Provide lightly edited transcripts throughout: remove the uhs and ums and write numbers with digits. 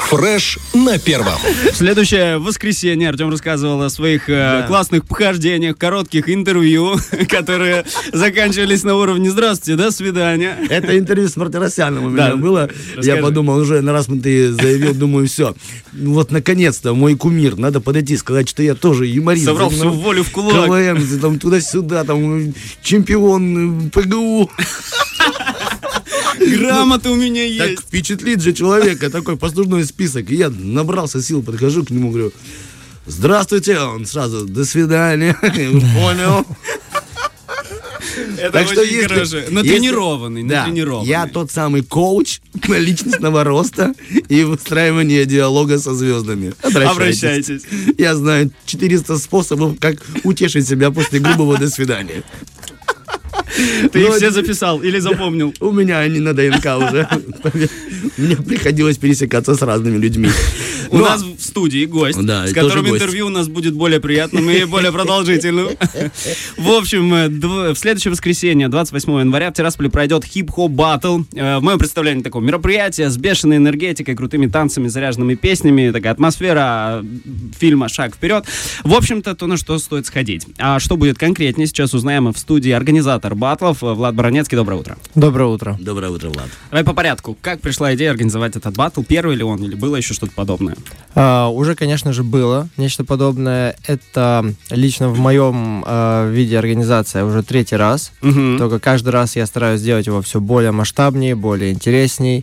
Фреш на первом. В следующее воскресенье Артем рассказывал о своих классных похождениях, коротких интервью, которые заканчивались на уровне «Здравствуйте, до свидания». Это интервью с Мартиросяном у меня было. Расскажи. Я подумал, уже на раз ты заявил, думаю, все. Вот наконец-то мой кумир. Надо подойти, сказать, что я тоже юморист. Собрал всю волю в кулак. КВН, там туда-сюда, там чемпион ПГУ. Грамота у меня есть. Так впечатлит же человека такой послужной список. И я набрался сил, подхожу к нему, говорю: здравствуйте. Он сразу: до свидания. Понял. Это так что очень хорошо. Натренированный, натренированный. Я тот самый коуч личностного роста и выстраивания диалога со звездами. Обращайтесь. Я знаю 400 способов, как утешить себя после грубого «до свидания». Ты их все записал или запомнил? У меня они на ДНК уже. Мне приходилось пересекаться с разными людьми. У нас в студии гость, с которым интервью у нас будет более приятным и более продолжительным. В общем, в следующее воскресенье, 28 января, в Тирасполе пройдет хип-хоп баттл. В моем представлении такое мероприятие с бешеной энергетикой, крутыми танцами, заряженными песнями, такая атмосфера фильма «Шаг вперед». В общем-то, то, на что стоит сходить. А что будет конкретнее, сейчас узнаем в студии организатор баттлов Влад Баранецкий. Доброе утро. Доброе утро. Доброе утро, Влад. Давай по порядку. Как пришла идея организовать этот баттл? Первый ли он или было еще что-то подобное? Уже, конечно же, было нечто подобное. Это лично в моем виде организация уже 3-й раз. Только каждый раз я стараюсь сделать его все более масштабнее, более интересней.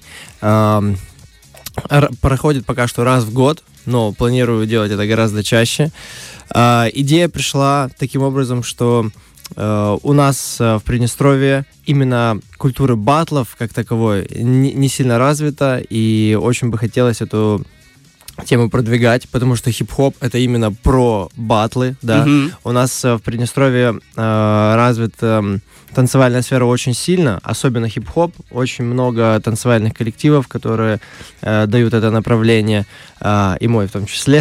Проходит пока что раз в год, но планирую делать это гораздо чаще. Идея пришла таким образом, что у нас в Приднестровье именно культура баттлов как таковой не сильно развита, и очень бы хотелось эту тему продвигать, потому что хип-хоп — это именно про баттлы, да. У нас в Приднестровье развита танцевальная сфера очень сильно, особенно хип-хоп. Очень много танцевальных коллективов, которые дают это направление, и мой в том числе.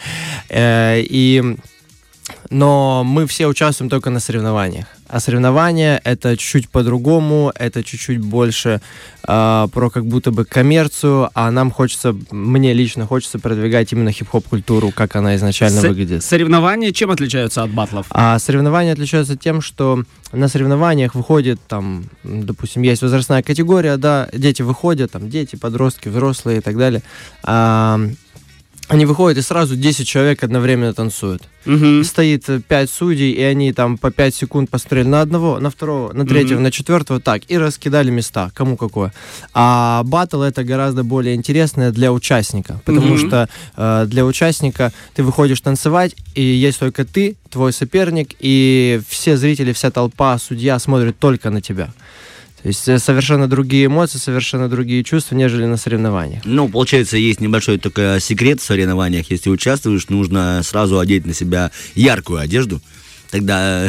Но мы все участвуем только на соревнованиях. А соревнования — это чуть-чуть по-другому, это чуть-чуть больше про как будто бы коммерцию, а мне лично хочется продвигать именно хип-хоп-культуру, как она изначально выглядит. Соревнования чем отличаются от баттлов? Соревнования отличаются тем, что на соревнованиях выходит, там, допустим, есть возрастная категория, да, дети выходят, там, дети, подростки, взрослые и так далее. Они выходят, и сразу 10 человек одновременно танцуют. Стоит 5 судей, и они там по 5 секунд посмотрели на одного, на второго, на третьего, на четвертого, так, и раскидали места, кому какое. А баттл — это гораздо более интересное для участника, потому что для участника ты выходишь танцевать, и есть только ты, твой соперник, и все зрители, вся толпа, судья смотрят только на тебя. То есть совершенно другие эмоции, совершенно другие чувства, нежели на соревнованиях. Ну, получается, есть небольшой только секрет в соревнованиях. Если участвуешь, нужно сразу одеть на себя яркую одежду. Тогда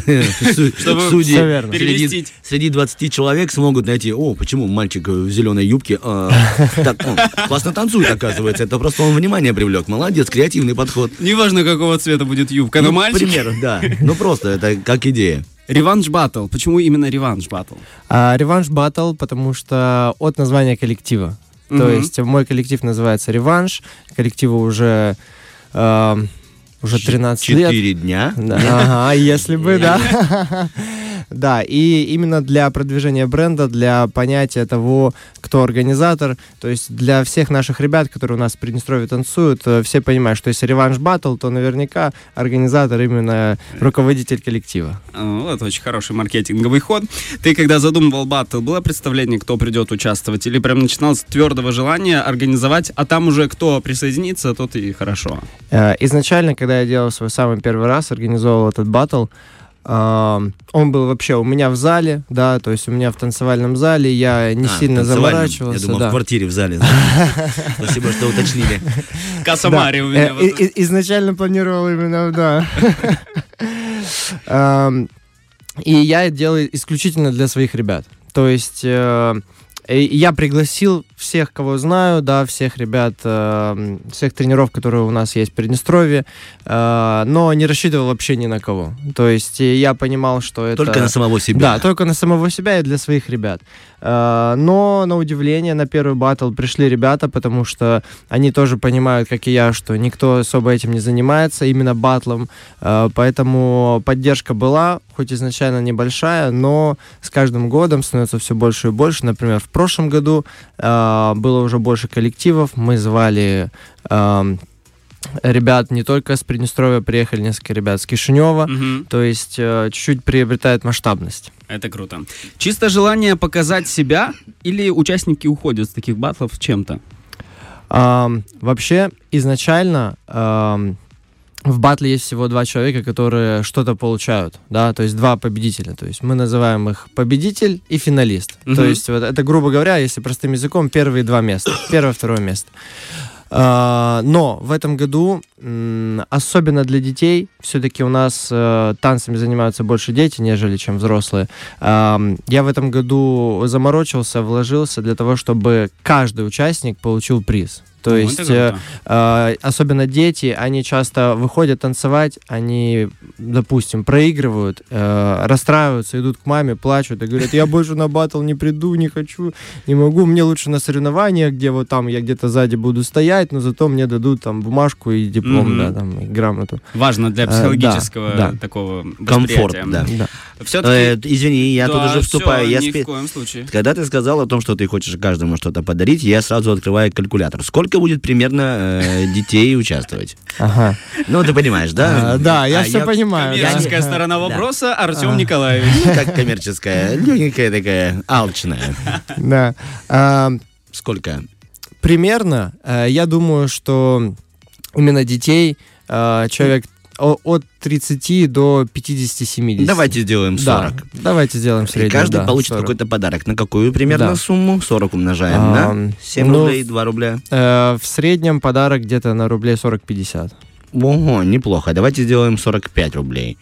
судьи среди 20 человек смогут найти: почему мальчик в зеленой юбке классно танцует, оказывается. Это просто он внимание привлек. Молодец, креативный подход. Неважно, какого цвета будет юбка, но мальчик... К примеру, да. Ну, просто это как идея. Реванш баттл. Почему именно реванш баттл? Реванш баттл, потому что от названия коллектива. То есть мой коллектив называется «Реванш». Коллективу уже 13 лет. 4 дня. Ага, если бы, да. Да, и именно для продвижения бренда, для понятия того, кто организатор, то есть для всех наших ребят, которые у нас в Приднестровье танцуют, все понимают, что если реванш баттл, то наверняка организатор именно руководитель коллектива. Вот очень хороший маркетинговый ход. Ты, когда задумывал баттл, было представление, кто придет участвовать, или прям начинал с твердого желания организовать, а там уже кто присоединится, тот и хорошо? Изначально, когда я делал свой самый первый раз, организовал этот баттл, он был вообще у меня в зале, да, то есть у меня в танцевальном зале, я не сильно заморачивался. Я думал, в квартире в зале. Спасибо, что уточнили. Касамари у меня. Изначально планировал именно, да. И я делаю исключительно для своих ребят. То есть я пригласил всех, кого знаю, да, всех ребят, всех тренеров, которые у нас есть в Приднестровье, но не рассчитывал вообще ни на кого. То есть я понимал, что это... Только на самого себя. Да, только на самого себя и для своих ребят. Но, на удивление, на первый баттл пришли ребята, потому что они тоже понимают, как и я, что никто особо этим не занимается, именно баттлом. Поэтому поддержка была, хоть изначально небольшая, но с каждым годом становится все больше и больше. Например, в прошлом году было уже больше коллективов. Мы звали ребят не только с Приднестровья, приехали несколько ребят с Кишинева. То есть чуть-чуть приобретает масштабность. Это круто. Чисто желание показать себя или участники уходят с таких баттлов чем-то? Вообще, изначально в баттле есть всего 2 человека, которые что-то получают, да, то есть 2 победителя. То есть мы называем их победитель и финалист. То есть вот это, грубо говоря, если простым языком, первые 2 места. Первое, второе место. Но в этом году, особенно для детей, все-таки у нас танцами занимаются больше дети, нежели чем взрослые. Я в этом году заморочился, вложился для того, чтобы каждый участник получил приз. То есть, особенно дети, они часто выходят танцевать, они, допустим, проигрывают, расстраиваются, идут к маме, плачут и говорят: я больше на баттл не приду, не хочу, не могу, мне лучше на соревнованиях, где вот там я где-то сзади буду стоять, но зато мне дадут там бумажку и диплом, да, там, и грамоту. Важно для психологического такого комфорта. Да. Извини, я тут уже вступаю. Ни в коем случае. Когда ты сказал о том, что ты хочешь каждому что-то подарить, я сразу открываю калькулятор. Сколько будет примерно детей участвовать? Ага. Ну, ты понимаешь, да? Да, я все понимаю. Коммерческая сторона вопроса, Артем Николаевич. Как коммерческая? Легенькая такая, алчная. Да. Сколько? Примерно, я думаю, что именно детей человек от 30 до 50-70. Давайте сделаем 40. Да, давайте сделаем средний. И каждый получит 40. Какой-то подарок. На какую примерно сумму? 40 умножаем на 7 рублей, 2 рубля. В среднем подарок где-то на рублей 40-50. Ого, неплохо. Давайте сделаем 45 рублей.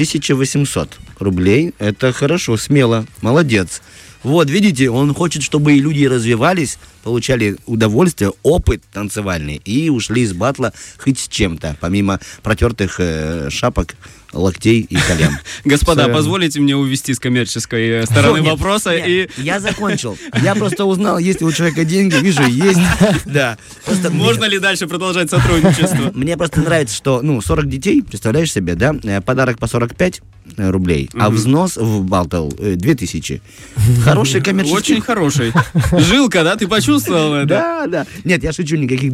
1800 рублей. Это хорошо, смело. Молодец. Вот, видите, он хочет, чтобы и люди развивались, получали удовольствие, опыт танцевальный и ушли из батла хоть с чем-то, помимо протертых шапок, локтей и колен. Господа, позволите мне увести с коммерческой стороны вопроса? Я закончил. Я просто узнал, есть ли у человека деньги, вижу, есть. Да. Можно ли дальше продолжать сотрудничество? Мне просто нравится, что 40 детей, представляешь себе, да, подарок по 45 рублей, а взнос в баттл 2000. Хороший коммерческий. Очень хороший. Жилка, да? Ты почувствовал это? Да, да. Нет, я шучу, никаких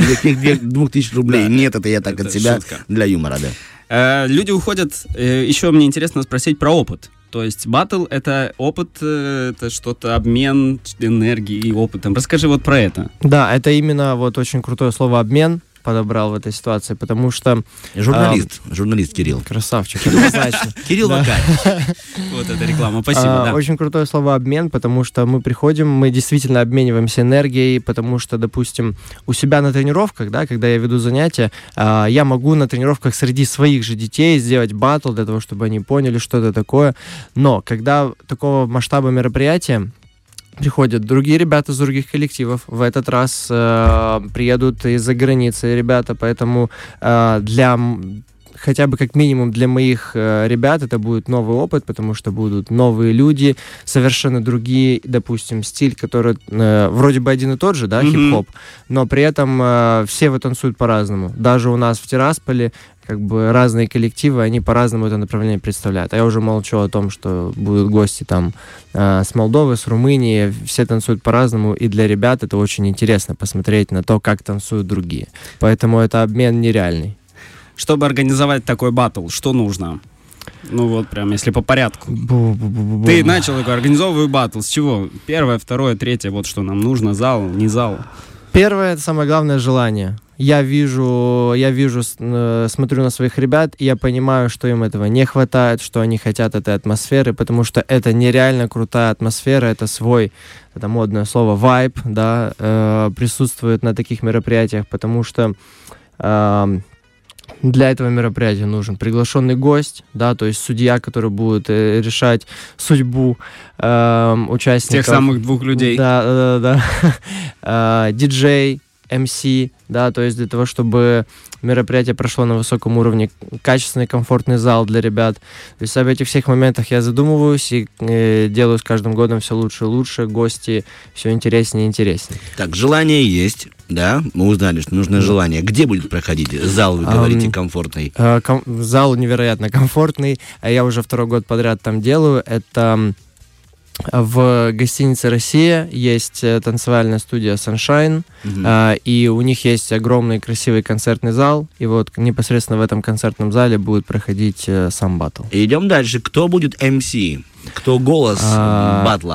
2000 рублей. Нет, это я так от себя для юмора, да. Люди уходят. Еще мне интересно спросить про опыт. То есть баттл — это опыт, это что-то, обмен энергией и опытом. Расскажи вот про это. Да, это именно вот очень крутое слово «обмен» подобрал в этой ситуации, потому что... Журналист Кирилл. Красавчик, однозначно. Кирилл Вакарь. Вот это реклама, спасибо. Очень крутое слово «обмен», потому что мы приходим, мы действительно обмениваемся энергией, потому что, допустим, у себя на тренировках, да, когда я веду занятия, я могу на тренировках среди своих же детей сделать баттл для того, чтобы они поняли, что это такое. Но когда такого масштаба мероприятия приходят другие ребята из других коллективов. В этот раз приедут из-за границы ребята, поэтому для хотя бы как минимум для моих ребят это будет новый опыт, потому что будут новые люди, совершенно другие, допустим, стиль, который вроде бы один и тот же, да, хип-хоп, но при этом все его танцуют по-разному. Даже у нас в Тирасполе как бы разные коллективы, они по-разному это направление представляют. А я уже молчу о том, что будут гости там с Молдовы, с Румынии, все танцуют по-разному, и для ребят это очень интересно посмотреть на то, как танцуют другие. Поэтому это обмен нереальный. Чтобы организовать такой баттл, что нужно? Ну вот прям, если по порядку. Ты начал такой, организовываю баттл. С чего? Первое, второе, третье, вот что нам нужно, зал, не зал. Первое, это самое главное, желание. Я вижу, смотрю на своих ребят, и я понимаю, что им этого не хватает, что они хотят этой атмосферы, потому что это нереально крутая атмосфера, это свой, это модное слово, вайб, да, присутствует на таких мероприятиях, потому что Для этого мероприятия нужен приглашенный гость, да, то есть судья, который будет решать судьбу участников. Тех самых двух людей. Да. Диджей, МС, да, то есть для того, чтобы мероприятие прошло на высоком уровне, качественный, комфортный зал для ребят. То есть об этих всех моментах я задумываюсь и делаю с каждым годом все лучше и лучше, гости все интереснее и интереснее. Так, желание есть, да, мы узнали, что нужно желание. Где будет проходить зал, вы говорите, комфортный? Зал невероятно комфортный, я уже 2-й год подряд там делаю, это... В гостинице «Россия» есть танцевальная студия «Sunshine», и у них есть огромный красивый концертный зал, и вот непосредственно в этом концертном зале будет проходить сам баттл. Идем дальше. Кто будет МС? Кто голос батла?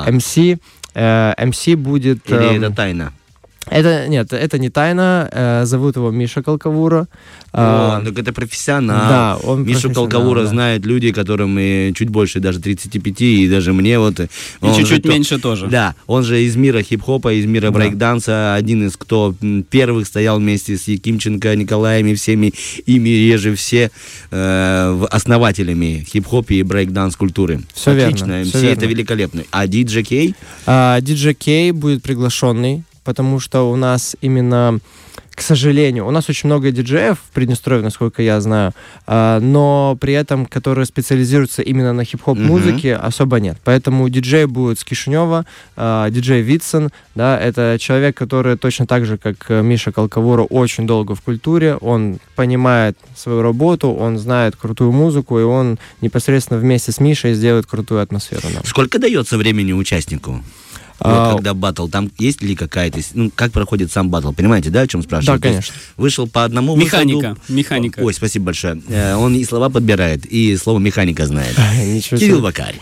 МС будет... Или это тайна? Это не тайна. Зовут его Миша Колковура. Так это профессионал. Да, он Мишу Колковура знают люди, которым чуть больше, даже 35, и даже мне вот. И чуть-чуть меньше тоже. Да, он же из мира хип-хопа, из мира брейк-данса, один из кто первых стоял вместе с Якимченко, Николаем и всеми ими реже все основателями хип-хопа и брейк-данс культуры. Все отлично, верно. МС это великолепно. А Диджей Кей? Диджей Кей будет приглашенный, потому что у нас именно, к сожалению, у нас очень много диджеев в Приднестровье, насколько я знаю, но при этом, которые специализируются именно на хип-хоп музыке, особо нет. Поэтому диджей будет с Кишинева, диджей Витсон, да, это человек, который точно так же, как Миша Колковура, очень долго в культуре, он понимает свою работу, он знает крутую музыку, и он непосредственно вместе с Мишей сделает крутую атмосферу нам. Сколько дается времени участнику? Вот, когда батл, там есть ли какая-то... как проходит сам батл? Понимаете, да, о чем спрашиваю? Да, конечно. Вышел по одному Механика. Ой, спасибо большое. Он и слова подбирает, и слово механика знает. Кирилл Вакарь.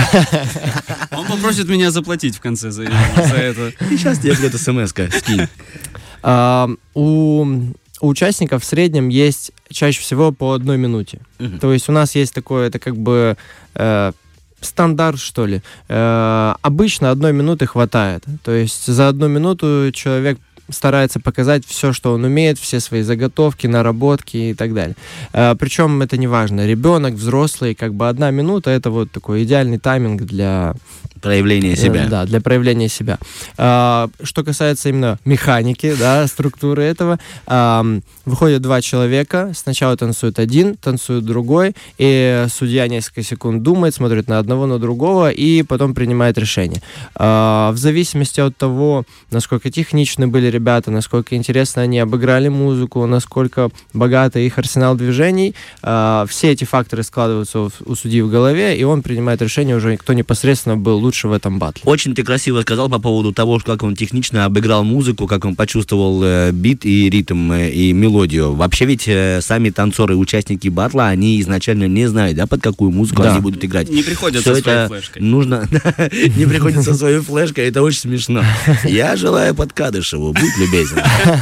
Он попросит меня заплатить в конце за это. И сейчас тебе будет смс-ка, скинь. У участников в среднем есть чаще всего по 1 минуте. То есть у нас есть такое, это как бы... стандарт, что ли. Обычно 1 минуты хватает. То есть за 1 минуту человек старается показать все, что он умеет, все свои заготовки, наработки и так далее. Причем это не важно. Ребенок, взрослый, как бы 1 минута — это вот такой идеальный тайминг для... проявления себя. Да, для проявления себя. Что касается именно механики, да, структуры этого, выходят 2 человека, сначала танцует один, танцует другой, и судья несколько секунд думает, смотрит на одного, на другого, и потом принимает решение. В зависимости от того, насколько техничны были ребята, насколько интересно они обыграли музыку, насколько богатый их арсенал движений, все эти факторы складываются у судьи в голове, и он принимает решение уже, кто непосредственно был лучше в этом батле. Очень ты красиво сказал по поводу того, как он технично обыграл музыку, как он почувствовал бит и ритм и мелодию. Вообще ведь сами танцоры, участники батла, они изначально не знают, да, под какую музыку они будут играть. Не приходят со своей флешкой. Нужно... Не приходят со своей флешкой, это очень смешно. Я желаю под Кадышеву, будь любезен.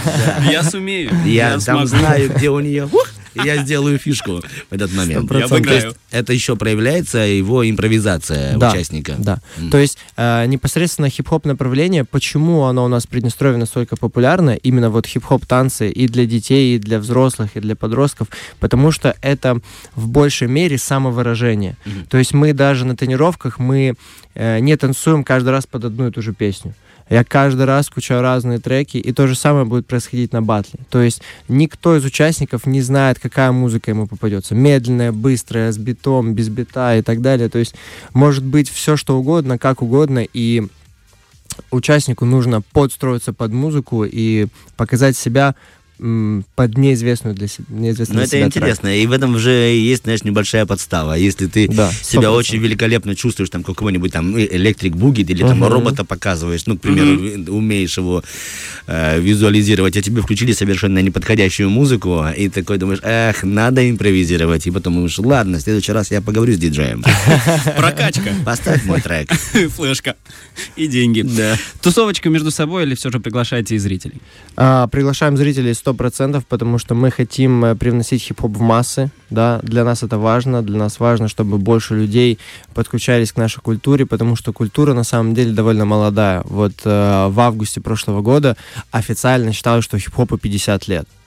Я сумею. Я там знаю, где у нее... Я сделаю фишку в этот момент. Я обыграю. Это еще проявляется его импровизация участника. Да. То есть непосредственно хип-хоп направление, почему оно у нас в Приднестровье настолько популярно, именно вот хип-хоп танцы и для детей, и для взрослых, и для подростков, потому что это в большей мере самовыражение. То есть мы даже на тренировках мы не танцуем каждый раз под одну и ту же песню. Я каждый раз включаю разные треки, и то же самое будет происходить на батле. То есть никто из участников не знает, какая музыка ему попадется. Медленная, быстрая, с битом, без бита и так далее. То есть может быть все, что угодно, как угодно, и участнику нужно подстроиться под музыку и показать себя под неизвестную для себя. Но это интересно, трек. И в этом уже есть, знаешь, небольшая подстава. Если ты себя очень великолепно чувствуешь, там, какого-нибудь там Electric Boogie или там робота показываешь, ну, к примеру, умеешь его визуализировать, а тебе включили совершенно неподходящую музыку, и такой думаешь, надо импровизировать, и потом думаешь, ладно, в следующий раз я поговорю с диджеем. Прокачка. Поставь мой трек. Флешка. И деньги. Да. Тусовочка между собой или все же приглашаете и зрителей? Приглашаем зрителей 100%, потому что мы хотим привносить хип-хоп в массы, да, для нас это важно, для нас важно, чтобы больше людей подключались к нашей культуре, потому что культура на самом деле довольно молодая. Вот в августе прошлого года официально считалось, что хип-хопу 50 лет.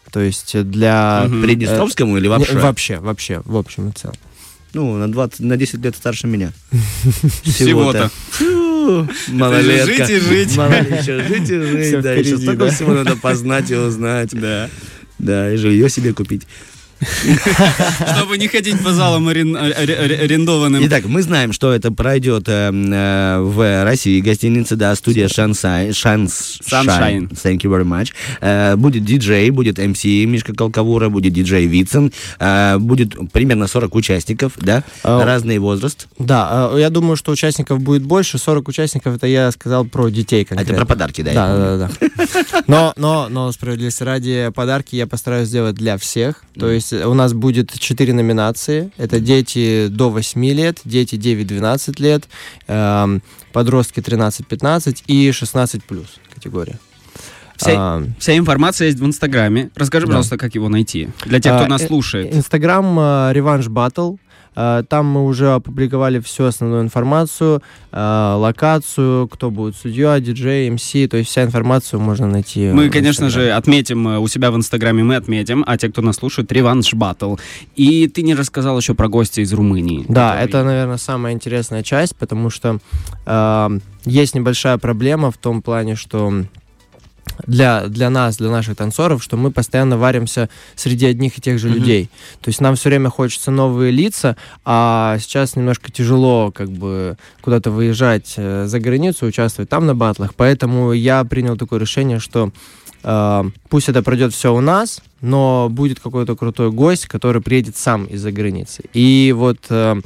То есть для... Приднестровскому или вообще? Вообще, в общем и целом. Ну, на 10 лет старше меня. Всего-то. Малолетка. Жить и жить. Жить и жить. Да, еще столько всего надо познать и узнать. Да, и жилье себе купить. Чтобы не ходить по залам арендованным. Итак, мы знаем, что это пройдет в России. Гостиница, да, студия Sunshine. Thank you very much. Будет диджей, будет МС Мишка Колковура, будет диджей Вицин. Будет примерно 40 участников, да? Разный возраст. Да, я думаю, что участников будет больше. 40 участников, это я сказал про детей конкретно. Это про подарки, да? Да. Но справедливости ради, подарки я постараюсь сделать для всех. То есть у нас будет 4 номинации. Это дети до 8 лет, дети 9-12 лет, подростки 13-15 и 16+ категория. Вся информация есть в Инстаграме. Расскажи, пожалуйста, как его найти, для тех, кто нас слушает. Инстаграм Реванш Баттл. Там мы уже опубликовали всю основную информацию, локацию, кто будет судья, диджей, МС, то есть вся информацию можно найти. Мы, конечно же, отметим у себя в Инстаграме, а те, кто нас слушает, Реванш Баттл. И ты не рассказал еще про гостя из Румынии. Да, это, наверное, самая интересная часть, потому что есть небольшая проблема в том плане, что для нас, для наших танцоров, что мы постоянно варимся среди одних и тех же людей. То есть нам все время хочется новые лица, а сейчас немножко тяжело как бы куда-то выезжать за границу, участвовать там на баттлах. Поэтому я принял такое решение, что пусть это пройдет все у нас, но будет какой-то крутой гость, который приедет сам из-за границы. И вот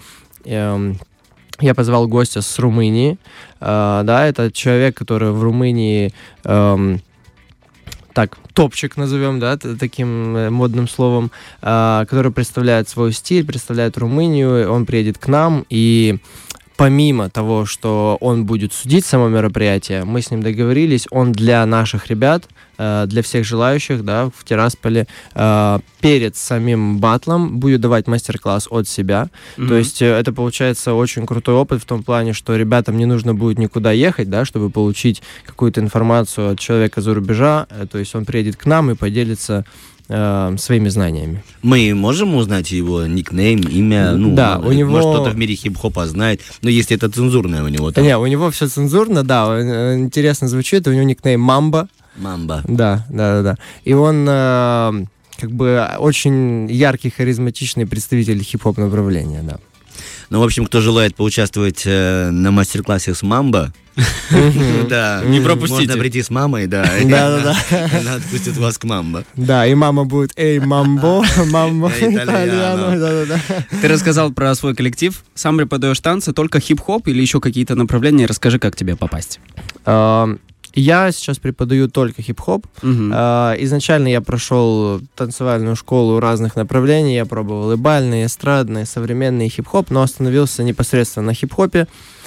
я позвал гостя с Румынии. Да, это человек, который в Румынии топчик назовем, да, таким модным словом, который представляет свой стиль, представляет Румынию, он приедет к нам, и помимо того, что он будет судить само мероприятие, мы с ним договорились, он для наших ребят, для всех желающих, да, в Тирасполе, перед самим баттлом будет давать мастер-класс от себя. То есть это получается очень крутой опыт в том плане, что ребятам не нужно будет никуда ехать, да, чтобы получить какую-то информацию от человека за рубежа. То есть он приедет к нам и поделится своими знаниями. Мы можем узнать его никнейм, имя? Да, у него... Может, кто-то в мире хип-хопа знает, но если это цензурное у него. То... Не, у него все цензурно, да, интересно звучит, у него никнейм Мамба. Мамба. Да. И он как бы очень яркий, харизматичный представитель хип-хоп направления, да. Ну, в общем, кто желает поучаствовать на мастер-классе с Мамбо, да, не пропустите. Можно прийти с мамой, да. Да. Она отпустит вас к Мамбо. Да, и мама будет «Эй, мамбо», «Мамбо итальяно». Да. Ты рассказал про свой коллектив. Сам преподаешь танцы, только хип-хоп или еще какие-то направления? Расскажи, как к тебе попасть. Я сейчас преподаю только хип-хоп. Изначально я прошел танцевальную школу разных направлений. Я пробовал и бальный, и эстрадный, и современный, и хип-хоп, но остановился непосредственно на хип-хопе.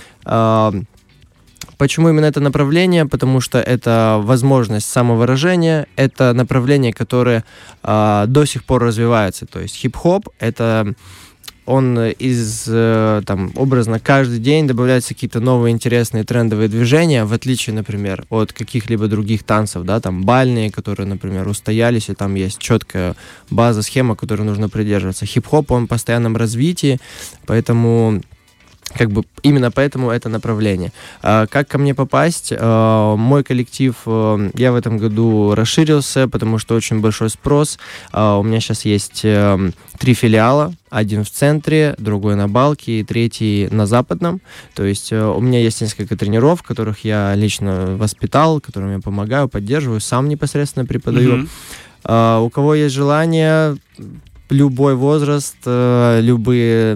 Почему именно это направление? Потому что это возможность самовыражения, это направление, которое до сих пор развивается. То есть хип-хоп — это... Он образно каждый день добавляются какие-то новые интересные трендовые движения, в отличие, например, от каких-либо других танцев, да, там бальные, которые, например, устоялись, и там есть четкая база, схема, которой нужно придерживаться. Хип-хоп, он в постоянном развитии, поэтому... именно поэтому это направление. Как ко мне попасть? Мой коллектив, я в этом году расширился, потому что очень большой спрос. У меня сейчас есть 3 филиала. Один в центре, другой на Балке и третий на Западном. То есть у меня есть несколько тренеров, которых я лично воспитал, которым я помогаю, поддерживаю, сам непосредственно преподаю. У кого есть желание, любой возраст, любые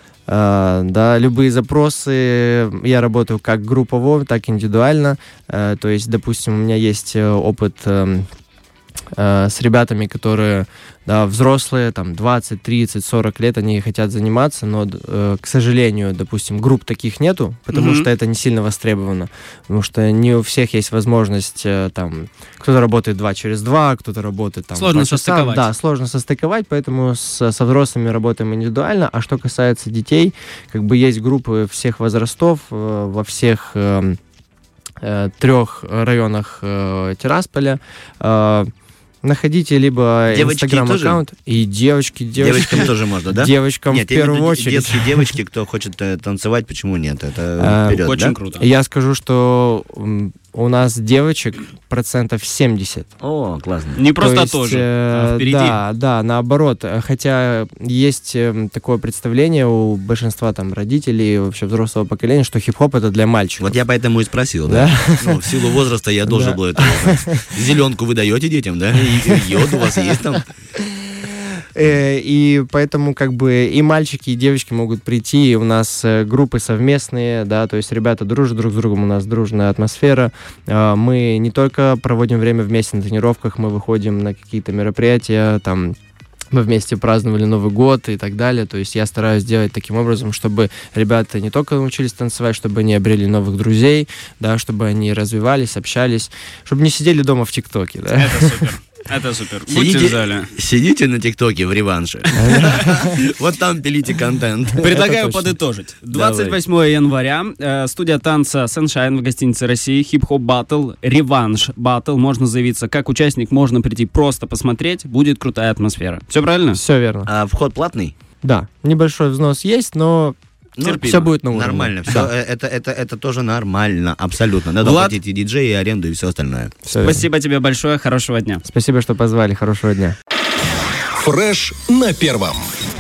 запросы, я работаю как группово, так и индивидуально. То есть, допустим, у меня есть опыт с ребятами, которые взрослые, 20, 30, 40 лет, они хотят заниматься, но, к сожалению, допустим, групп таких нету, потому что это не сильно востребовано, потому что не у всех есть возможность, кто-то работает 2 через 2, кто-то работает сложно состыковать. Да, сложно состыковать, поэтому со взрослыми работаем индивидуально, а что касается детей, есть группы всех возрастов во всех 3 районах Тирасполя. Находите либо инстаграм-аккаунт. И девочкам тоже можно, да? Девочкам в первую очередь. Детские девочки, кто хочет танцевать, почему нет? Это вперед, очень круто. Я скажу, что у нас девочек 70%. О, классно. Не просто тоже, а впереди. Да, наоборот. Хотя есть такое представление у большинства там родителей, вообще взрослого поколения, что хип-хоп это для мальчиков. Вот я поэтому и спросил, да? Ну, в силу возраста я должен был это узнать. Зеленку вы даете детям, да? И йод у вас есть там? И поэтому как бы и мальчики, и девочки могут прийти, и у нас группы совместные, да, то есть ребята дружат друг с другом, у нас дружная атмосфера. Мы не только проводим время вместе на тренировках, мы выходим на какие-то мероприятия, там, мы вместе праздновали Новый год и так далее. То есть я стараюсь делать таким образом, чтобы ребята не только научились танцевать, чтобы они обрели новых друзей, да, чтобы они развивались, общались, чтобы не сидели дома в ТикТоке. Да? Это супер. Это супер. Будьте в зале. Сидите на ТикТоке в реванше. Вот там пилите контент. Предлагаю подытожить. 28 января. Студия танца Sunshine в гостинице России. Хип-хоп баттл. Реванш баттл. Можно заявиться как участник, можно прийти просто посмотреть. Будет крутая атмосфера. Все правильно? Все верно. А вход платный? Да. Небольшой взнос есть, но... Все будет на уровне. Нормально, все, да. это тоже нормально, абсолютно. Надо платить и диджей, и аренду, и все остальное. Спасибо тебе большое, хорошего дня. Спасибо, что позвали, хорошего дня. Фреш на первом.